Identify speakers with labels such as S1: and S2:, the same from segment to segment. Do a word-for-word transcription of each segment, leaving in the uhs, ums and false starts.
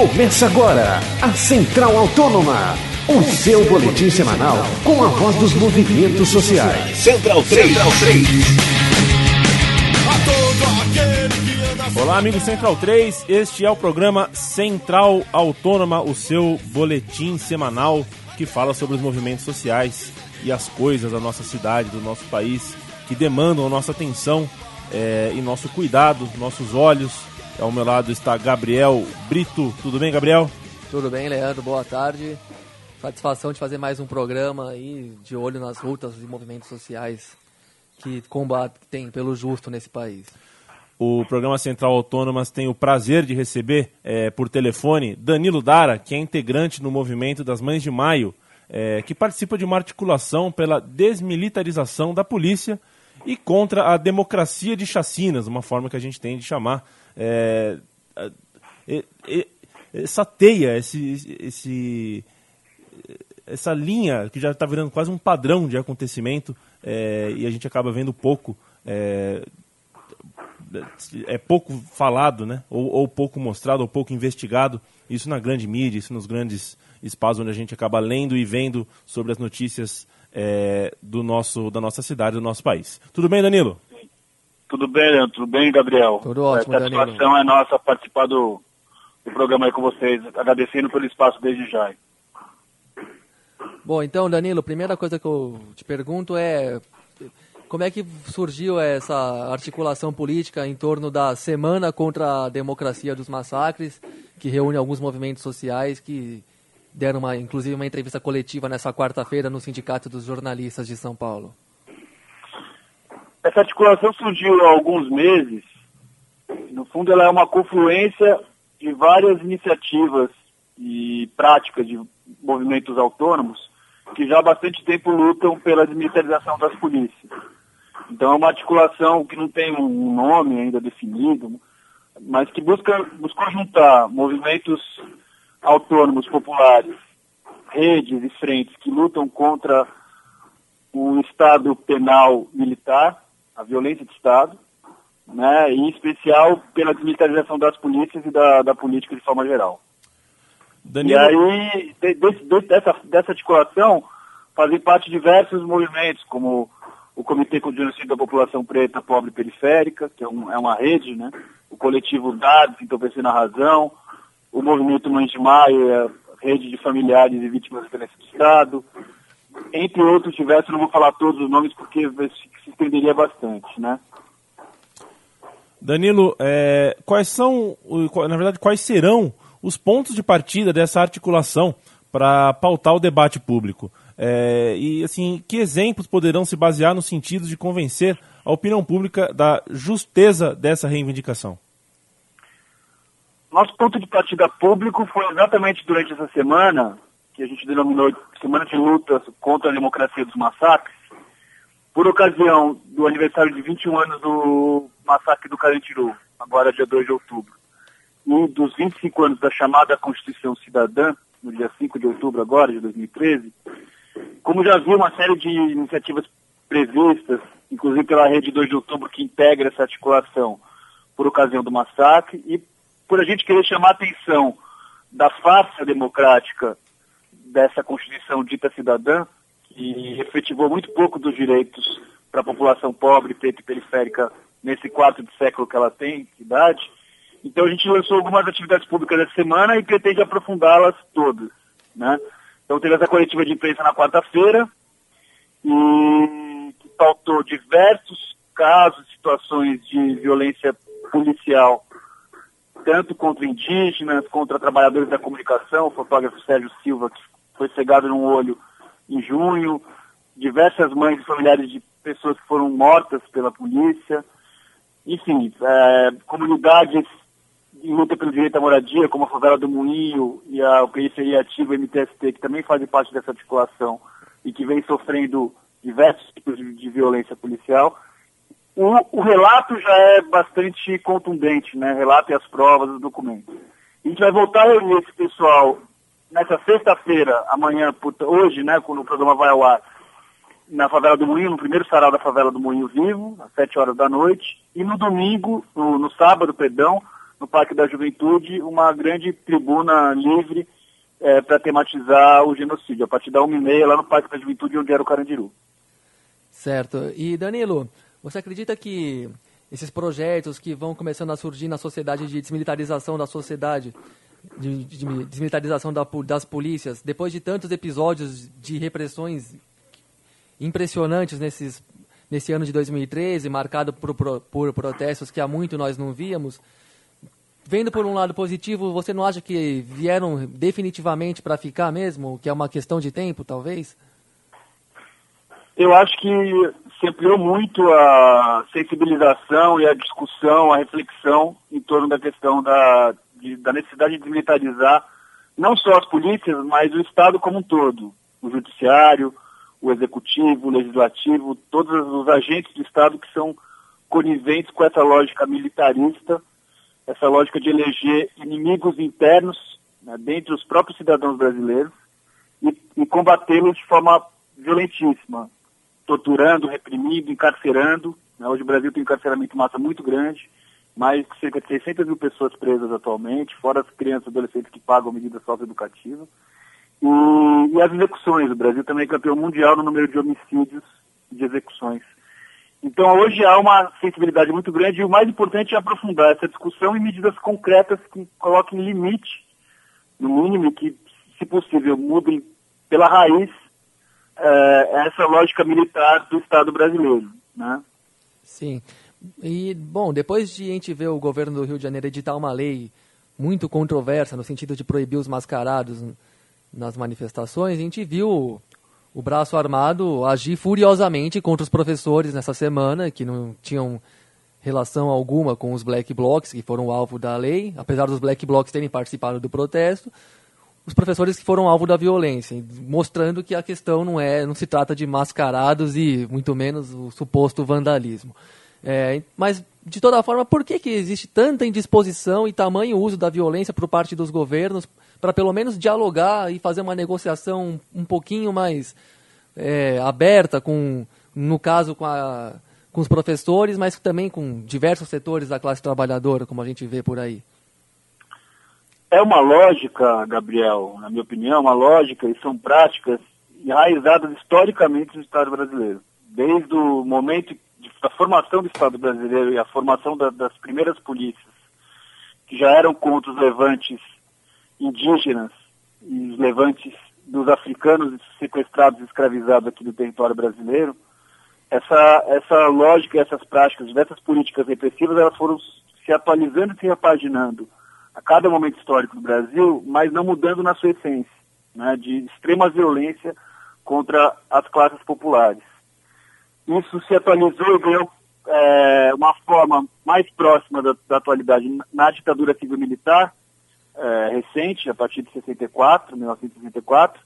S1: Começa agora a Central Autônoma, o seu boletim semanal com a voz dos movimentos sociais.
S2: Central três. Central três.
S3: Olá, amigos Central três, este é o programa Central Autônoma, o seu boletim semanal que fala sobre os movimentos sociais e as coisas da nossa cidade, do nosso país, que demandam a nossa atenção é, e nosso cuidado, nossos olhos. Ao meu lado está Gabriel Brito. Tudo bem, Gabriel?
S4: Tudo bem, Leandro. Boa tarde. Satisfação de fazer mais um programa aí, de olho nas lutas e movimentos sociais que combatem pelo justo nesse país.
S3: O programa Central Autônomas tem o prazer de receber é, por telefone Danilo Dara, que é integrante no movimento das Mães de Maio, é, que participa de uma articulação pela desmilitarização da polícia e contra a democracia de chacinas, uma forma que a gente tem de chamar é, é, é, essa teia, esse, esse, essa linha que já está virando quase um padrão de acontecimento é, e a gente acaba vendo pouco, é, é pouco falado, né? ou, ou pouco mostrado, ou pouco investigado, isso na grande mídia, isso nos grandes espaços onde a gente acaba lendo e vendo sobre as notícias é, do nosso, da nossa cidade, do nosso país. Tudo bem, Danilo?
S5: Tudo bem, Leandro? Tudo bem, Gabriel?
S4: Tudo ótimo,
S5: a satisfação Danilo. É nossa participar do, do programa aí com vocês, agradecendo pelo espaço desde já.
S4: Bom, então, Danilo, a primeira coisa que eu te pergunto é como é que surgiu essa articulação política em torno da Semana contra a Democracia dos Massacres, que reúne alguns movimentos sociais que deram, uma, inclusive, uma entrevista coletiva nessa quarta-feira no Sindicato dos Jornalistas de São Paulo?
S5: Essa articulação surgiu há alguns meses. No fundo, ela é uma confluência de várias iniciativas e práticas de movimentos autônomos que já há bastante tempo lutam pela desmilitarização das polícias. Então, é uma articulação que não tem um nome ainda definido, mas que busca, buscou juntar movimentos autônomos populares, redes e frentes que lutam contra o Estado penal militar, a violência de Estado, né, e em especial pela desmilitarização das polícias e da, da política de forma geral. Danilo... E aí, de, de, dessa, dessa articulação, fazem parte diversos movimentos, como o Comitê contra o Genocídio da População Preta, Pobre e Periférica, que é, um, é uma rede, né, o coletivo Dados, Entorpecendo a Razão, o Movimento Mães de Maio, a rede de familiares e vítimas da violência do Estado, entre outros diversos. Não vou falar todos os nomes porque se estenderia bastante, né?
S3: Danilo, é, quais são, na verdade, quais serão os pontos de partida dessa articulação para pautar o debate público? É, e, assim, que exemplos poderão se basear no sentido de convencer a opinião pública da justeza dessa reivindicação?
S5: Nosso ponto de partida público foi exatamente durante essa semana, que a gente denominou Semana de Lutas contra a Democracia dos Massacres, por ocasião do aniversário de vinte e um anos do massacre do Carandiru, agora dia dois de outubro, e dos vinte e cinco anos da chamada Constituição Cidadã, no dia cinco de outubro agora, de dois mil e treze, como já havia uma série de iniciativas previstas, inclusive pela Rede dois de outubro, que integra essa articulação por ocasião do massacre, e por a gente querer chamar a atenção da farsa democrática dessa Constituição dita cidadã, que efetivou muito pouco dos direitos para a população pobre, preta e periférica nesse quarto de século que ela tem, de idade. Então a gente lançou algumas atividades públicas essa semana e pretende aprofundá-las todas, né? Então teve essa coletiva de imprensa na quarta-feira, e que pautou diversos casos, situações de violência policial, tanto contra indígenas, contra trabalhadores da comunicação, o fotógrafo Sérgio Silva, que foi cegado num olho em junho, diversas mães e familiares de pessoas que foram mortas pela polícia, enfim, é, comunidades em luta pelo direito à moradia, como a Favela do Moinho e a Periferia Ativa M T S T, que também fazem parte dessa articulação e que vem sofrendo diversos tipos de, de violência policial. O, o relato já é bastante contundente, né? Relato e as provas, os documentos. A gente vai voltar a reunir esse pessoal nessa sexta-feira, amanhã, hoje, né, quando o programa vai ao ar, na Favela do Moinho, no primeiro sarau da Favela do Moinho Vivo, às sete horas da noite, e no domingo, no, no sábado, perdão, no Parque da Juventude, uma grande tribuna livre é, para tematizar o genocídio, a partir da uma e meia lá no Parque da Juventude, onde era o Carandiru.
S4: Certo. E Danilo, você acredita que esses projetos que vão começando a surgir na sociedade de desmilitarização da sociedade, de, de desmilitarização da, das polícias, depois de tantos episódios de repressões impressionantes nesses, nesse ano de dois mil e treze, marcado por, por, por protestos que há muito nós não víamos, vendo por um lado positivo, você não acha que vieram definitivamente para ficar mesmo, que é uma questão de tempo, talvez?
S5: Eu acho que se ampliou muito a sensibilização e a discussão, a reflexão em torno da questão da, de, da necessidade de desmilitarizar não só as polícias, mas o Estado como um todo, o judiciário, o executivo, o legislativo, todos os agentes do Estado que são coniventes com essa lógica militarista, essa lógica de eleger inimigos internos, né, dentre os próprios cidadãos brasileiros e, e combatê-los de forma violentíssima, torturando, reprimindo, encarcerando. Né? Hoje o Brasil tem um encarceramento em massa muito grande, mais de cerca de seiscentas mil pessoas presas atualmente, fora as crianças e adolescentes que pagam medidas socioeducativas. E, e as execuções. O Brasil também é campeão mundial no número de homicídios e de execuções. Então hoje há uma sensibilidade muito grande e o mais importante é aprofundar essa discussão em medidas concretas que coloquem limite, no mínimo, que, se possível, mudem pela raiz é, essa lógica militar do Estado brasileiro, né?
S4: Sim. E, bom, depois de a gente ver o governo do Rio de Janeiro editar uma lei muito controversa no sentido de proibir os mascarados nas manifestações, a gente viu o braço armado agir furiosamente contra os professores nessa semana, que não tinham relação alguma com os black blocs, que foram alvo da lei, apesar dos black blocs terem participado do protesto, os professores que foram alvo da violência, mostrando que a questão não é, não se trata de mascarados e muito menos o suposto vandalismo. É, mas, de toda forma, por que, que existe tanta indisposição e tamanho uso da violência por parte dos governos para pelo menos dialogar e fazer uma negociação um pouquinho mais é, aberta, com, no caso com, a, com os professores, mas também com diversos setores da classe trabalhadora, como a gente vê por aí?
S5: É uma lógica, Gabriel, na minha opinião, uma lógica e são práticas enraizadas historicamente no Estado brasileiro. Desde o momento da formação do Estado brasileiro e a formação da, das primeiras polícias, que já eram contra os levantes indígenas e os levantes dos africanos sequestrados e escravizados aqui do território brasileiro, essa, essa lógica, essas práticas, dessas políticas repressivas, elas foram se atualizando e se repaginando a cada momento histórico do Brasil, mas não mudando na sua essência, né, de extrema violência contra as classes populares. Isso se atualizou e ganhou é, uma forma mais próxima da, da atualidade na ditadura civil-militar é, recente, a partir de sessenta e quatro, mil novecentos e sessenta e quatro,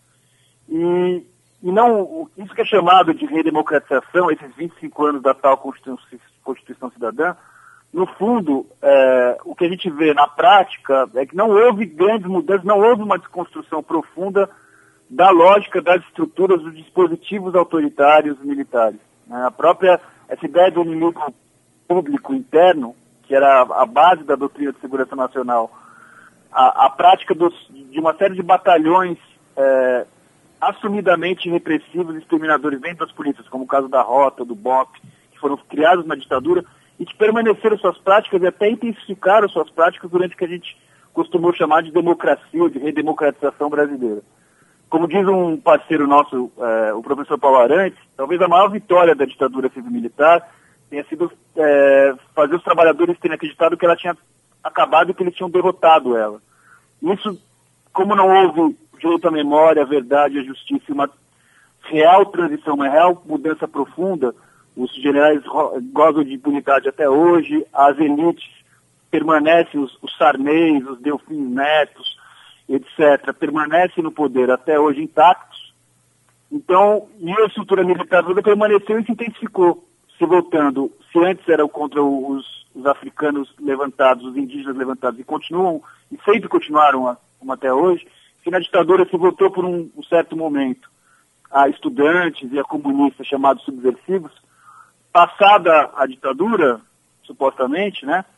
S5: e, e não, isso que é chamado de redemocratização, esses vinte e cinco anos da tal Constituição, Constituição Cidadã, no fundo, é, o que a gente vê na prática é que não houve grandes mudanças, não houve uma desconstrução profunda da lógica das estruturas dos dispositivos autoritários militares. A própria, essa ideia do inimigo público interno, que era a base da doutrina de segurança nacional, a, a prática dos, de uma série de batalhões é, assumidamente repressivos e exterminadores dentro das polícias, como o caso da Rota, do B O P, que foram criados na ditadura e que permaneceram suas práticas e até intensificaram suas práticas durante o que a gente costumou chamar de democracia ou de redemocratização brasileira. Como diz um parceiro nosso, é, o professor Paulo Arantes, talvez a maior vitória da ditadura civil-militar tenha sido é, fazer os trabalhadores terem acreditado que ela tinha acabado e que eles tinham derrotado ela. Isso, como não houve direito à memória, à verdade, à justiça e uma real transição, uma real mudança profunda, os generais gozam de impunidade até hoje, as elites permanecem, os, os Sarneys, os Delfim Netos, etcétera, permanecem no poder até hoje intactos. Então, e a estrutura militar toda permaneceu e se intensificou, se voltando. Se antes era contra os, os africanos levantados, os indígenas levantados, e continuam, e sempre continuaram a, como até hoje, se na ditadura se voltou por um, um certo momento a estudantes e a comunistas chamados subversivos, passada a ditadura, supostamente, né,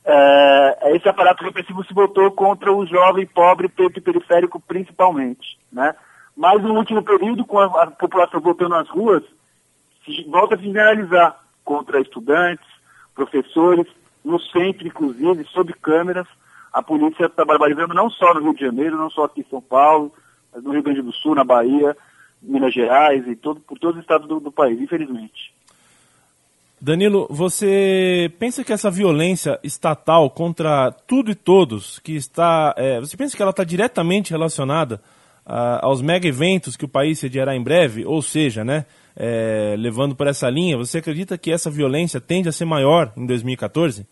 S5: é, esse aparato repressivo se voltou contra o jovem, pobre, preto e periférico principalmente, né? Mas no último período, com a, a população voltando às ruas, se, volta a se generalizar contra estudantes, professores, no centro, inclusive, sob câmeras. A polícia está barbarizando não só no Rio de Janeiro, não só aqui em São Paulo, mas no Rio Grande do Sul, na Bahia, Minas Gerais e todo, por todos os estados do, do país, infelizmente.
S3: Danilo, você pensa que essa violência estatal contra tudo e todos, que está, é, você pensa que ela está diretamente relacionada a, aos mega eventos que o país sediará em breve? Ou seja, né, é, levando por essa linha, você acredita que essa violência tende a ser maior em dois mil e quatorze?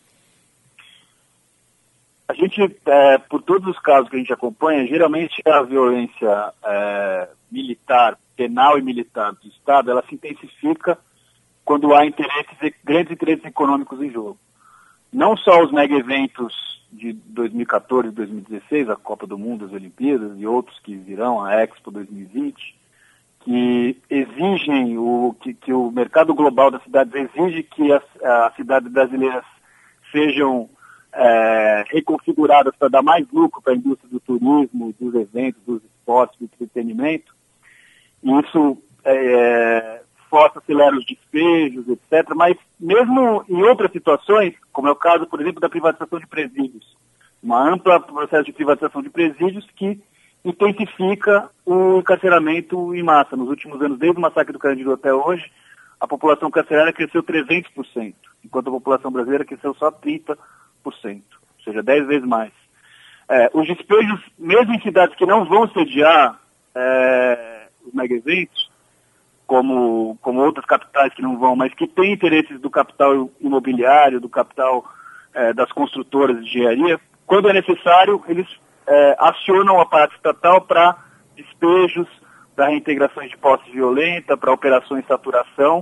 S5: A gente, é, por todos os casos que a gente acompanha, geralmente a violência é, militar, penal e militar do Estado, ela se intensifica quando há interesses, grandes interesses econômicos em jogo. Não só os mega eventos de dois mil e quatorze e dois mil e dezesseis, a Copa do Mundo, as Olimpíadas e outros que virão, a Expo dois mil e vinte, que exigem, o, que, que o mercado global das cidades exige que as, as cidades brasileiras sejam é, reconfiguradas para dar mais lucro para a indústria do turismo, dos eventos, dos esportes, do entretenimento. E isso é, força, acelera os despejos, etcétera. Mas mesmo em outras situações, como é o caso, por exemplo, da privatização de presídios, uma ampla processo de privatização de presídios que intensifica o encarceramento em massa. Nos últimos anos, desde o massacre do Carandiru até hoje, a população carcerária cresceu trezentos por cento, enquanto a população brasileira cresceu só trinta por cento, ou seja, dez vezes mais. É, os despejos, mesmo em cidades que não vão sediar é, os mega-eventos, como, como outras capitais que não vão, mas que têm interesses do capital imobiliário, do capital é, das construtoras de engenharia, quando é necessário, eles é, acionam o aparato estatal para despejos, para reintegrações de posse violenta, para operações de saturação.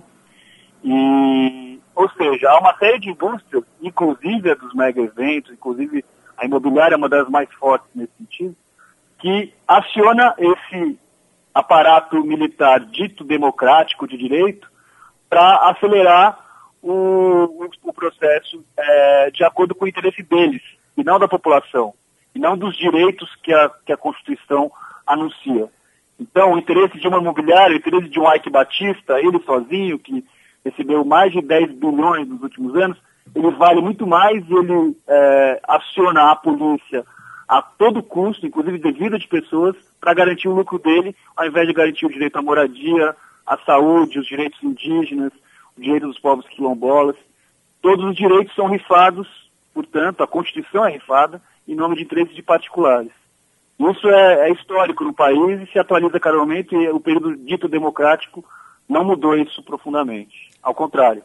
S5: E, ou seja, há uma série de indústrias, inclusive a dos mega-eventos, inclusive a imobiliária é uma das mais fortes nesse sentido, que aciona esse aparato militar dito democrático de direito para acelerar o, o, o processo é, de acordo com o interesse deles, e não da população, e não dos direitos que a, que a Constituição anuncia. Então, o interesse de uma imobiliária, o interesse de um Ike Batista, ele sozinho, que recebeu mais de dez bilhões nos últimos anos, ele vale muito mais e ele é, aciona a polícia a todo custo, inclusive de vida de pessoas, para garantir o lucro dele, ao invés de garantir o direito à moradia, à saúde, os direitos indígenas, os direitos dos povos quilombolas. Todos os direitos são rifados, portanto, a Constituição é rifada, em nome de interesses de particulares. Isso é, é histórico no país e se atualiza cada momento, e o período dito democrático não mudou isso profundamente. Ao contrário.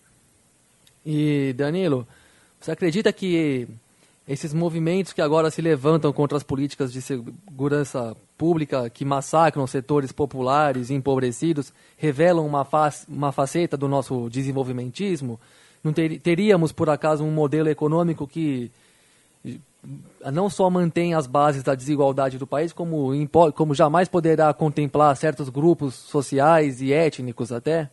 S4: E, Danilo, você acredita que esses movimentos que agora se levantam contra as políticas de segurança pública que massacram setores populares e empobrecidos revelam uma, face, uma faceta do nosso desenvolvimentismo? Não ter, teríamos, por acaso, um modelo econômico que não só mantém as bases da desigualdade do país, como, como jamais poderá contemplar certos grupos sociais e étnicos até?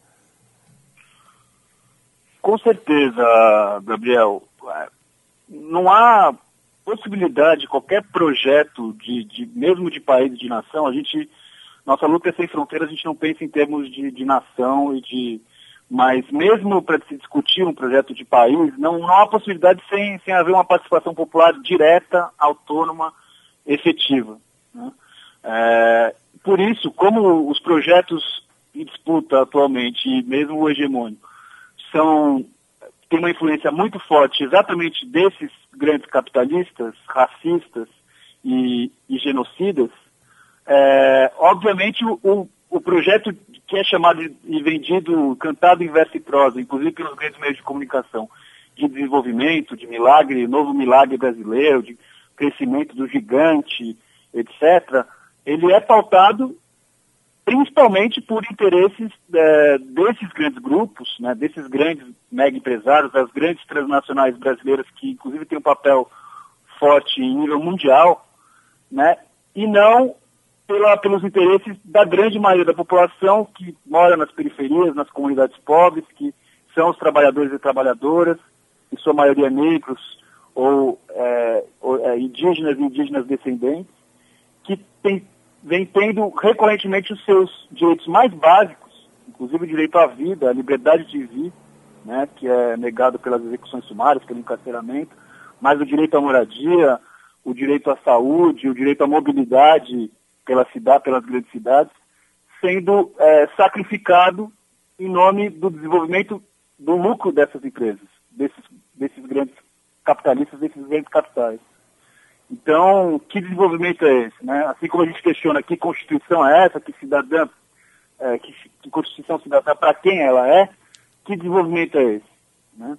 S5: Com certeza, Gabriel. Não há possibilidade de qualquer projeto, de, de, mesmo de país, de nação, a gente, nossa luta é sem fronteiras, a gente não pensa em termos de, de nação e de... Mas mesmo para se discutir um projeto de país, não, não há possibilidade sem, sem haver uma participação popular direta, autônoma, efetiva, né? É, por isso, como os projetos em disputa atualmente, e mesmo o hegemônico, são, tem uma influência muito forte exatamente desses grandes capitalistas, racistas e, e genocidas, é, obviamente o, o, o projeto que é chamado e vendido, cantado em verso e prosa, inclusive pelos grandes meios de comunicação, de desenvolvimento, de milagre, novo milagre brasileiro, de crescimento do gigante, etcétera, ele é pautado principalmente por interesses é, desses grandes grupos, né, desses grandes mega empresários, das grandes transnacionais brasileiras, que inclusive têm um papel forte em nível mundial, né, e não pela, pelos interesses da grande maioria da população que mora nas periferias, nas comunidades pobres, que são os trabalhadores e trabalhadoras, em sua maioria negros ou, é, ou é, indígenas e indígenas descendentes, que tem, vem tendo recorrentemente os seus direitos mais básicos, inclusive o direito à vida, a liberdade de vir, né, que é negado pelas execuções sumárias, pelo encarceramento, mas o direito à moradia, o direito à saúde, o direito à mobilidade pela cidade, pelas grandes cidades, sendo é, sacrificado em nome do desenvolvimento do lucro dessas empresas, desses, desses grandes capitalistas, desses grandes capitais. Então, que desenvolvimento é esse, né? Assim como a gente questiona que Constituição é essa, que cidadã, é, que, que Constituição cidadã, para quem ela é, que desenvolvimento é esse, né?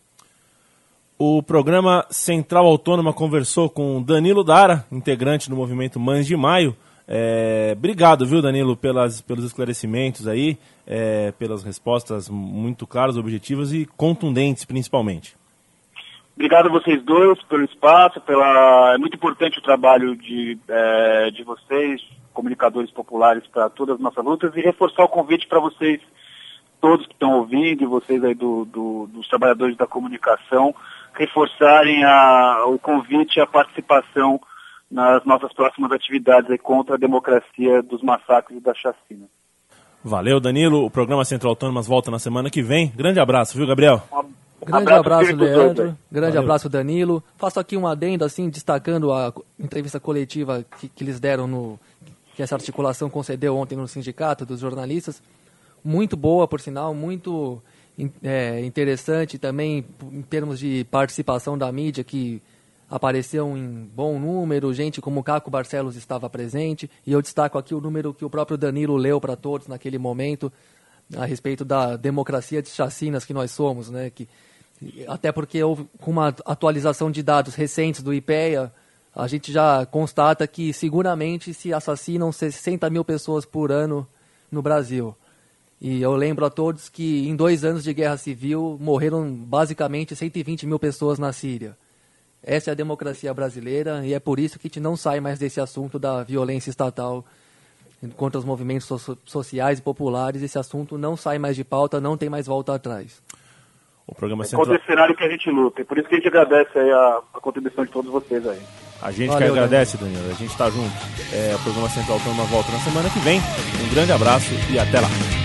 S3: O programa Central Autônoma conversou com Danilo Dara, integrante do movimento Mães de Maio. É, obrigado, viu, Danilo, pelas, pelos esclarecimentos aí, é, pelas respostas muito claras, objetivas e contundentes, principalmente.
S5: Obrigado a vocês dois pelo espaço, pela... é muito importante o trabalho de, é, de vocês, comunicadores populares, para todas as nossas lutas, e reforçar o convite para vocês, todos que estão ouvindo, e vocês aí do, do, dos trabalhadores da comunicação, reforçarem a, o convite à participação nas nossas próximas atividades aí contra a democracia dos massacres e da chacina.
S3: Valeu, Danilo. O programa Central Autônomas volta na semana que vem. Grande abraço, viu, Gabriel?
S5: Um
S4: Grande
S5: abraço,
S4: abraço, Leandro.
S5: todos,
S4: Grande
S3: Valeu.
S4: abraço, Danilo. Faço aqui um adendo, assim, destacando a entrevista coletiva que, que eles deram no... que essa articulação concedeu ontem no Sindicato dos Jornalistas. Muito boa, por sinal, muito é, interessante também em termos de participação da mídia, que apareceu em bom número, gente como Caco Barcelos estava presente, e eu destaco aqui o número que o próprio Danilo leu para todos naquele momento, a respeito da democracia de chacinas que nós somos, né? Que, até porque houve, com uma atualização de dados recentes do IPEA, a gente já constata que seguramente se assassinam sessenta mil pessoas por ano no Brasil. E eu lembro a todos que em dois anos de guerra civil morreram basicamente cento e vinte mil pessoas na Síria. Essa é a democracia brasileira e é por isso que a gente não sai mais desse assunto da violência estatal contra os movimentos so- sociais e populares. Esse assunto não sai mais de pauta, não tem mais volta atrás.
S3: O programa
S5: É
S3: Central...
S5: contra esse cenário que a gente luta. E por isso que a gente agradece aí a, a contribuição de todos vocês aí.
S3: A gente
S4: Valeu,
S3: que agradece, Danilo. A gente está junto. É, o programa Central Autônoma volta na semana que vem. Um grande abraço e até lá.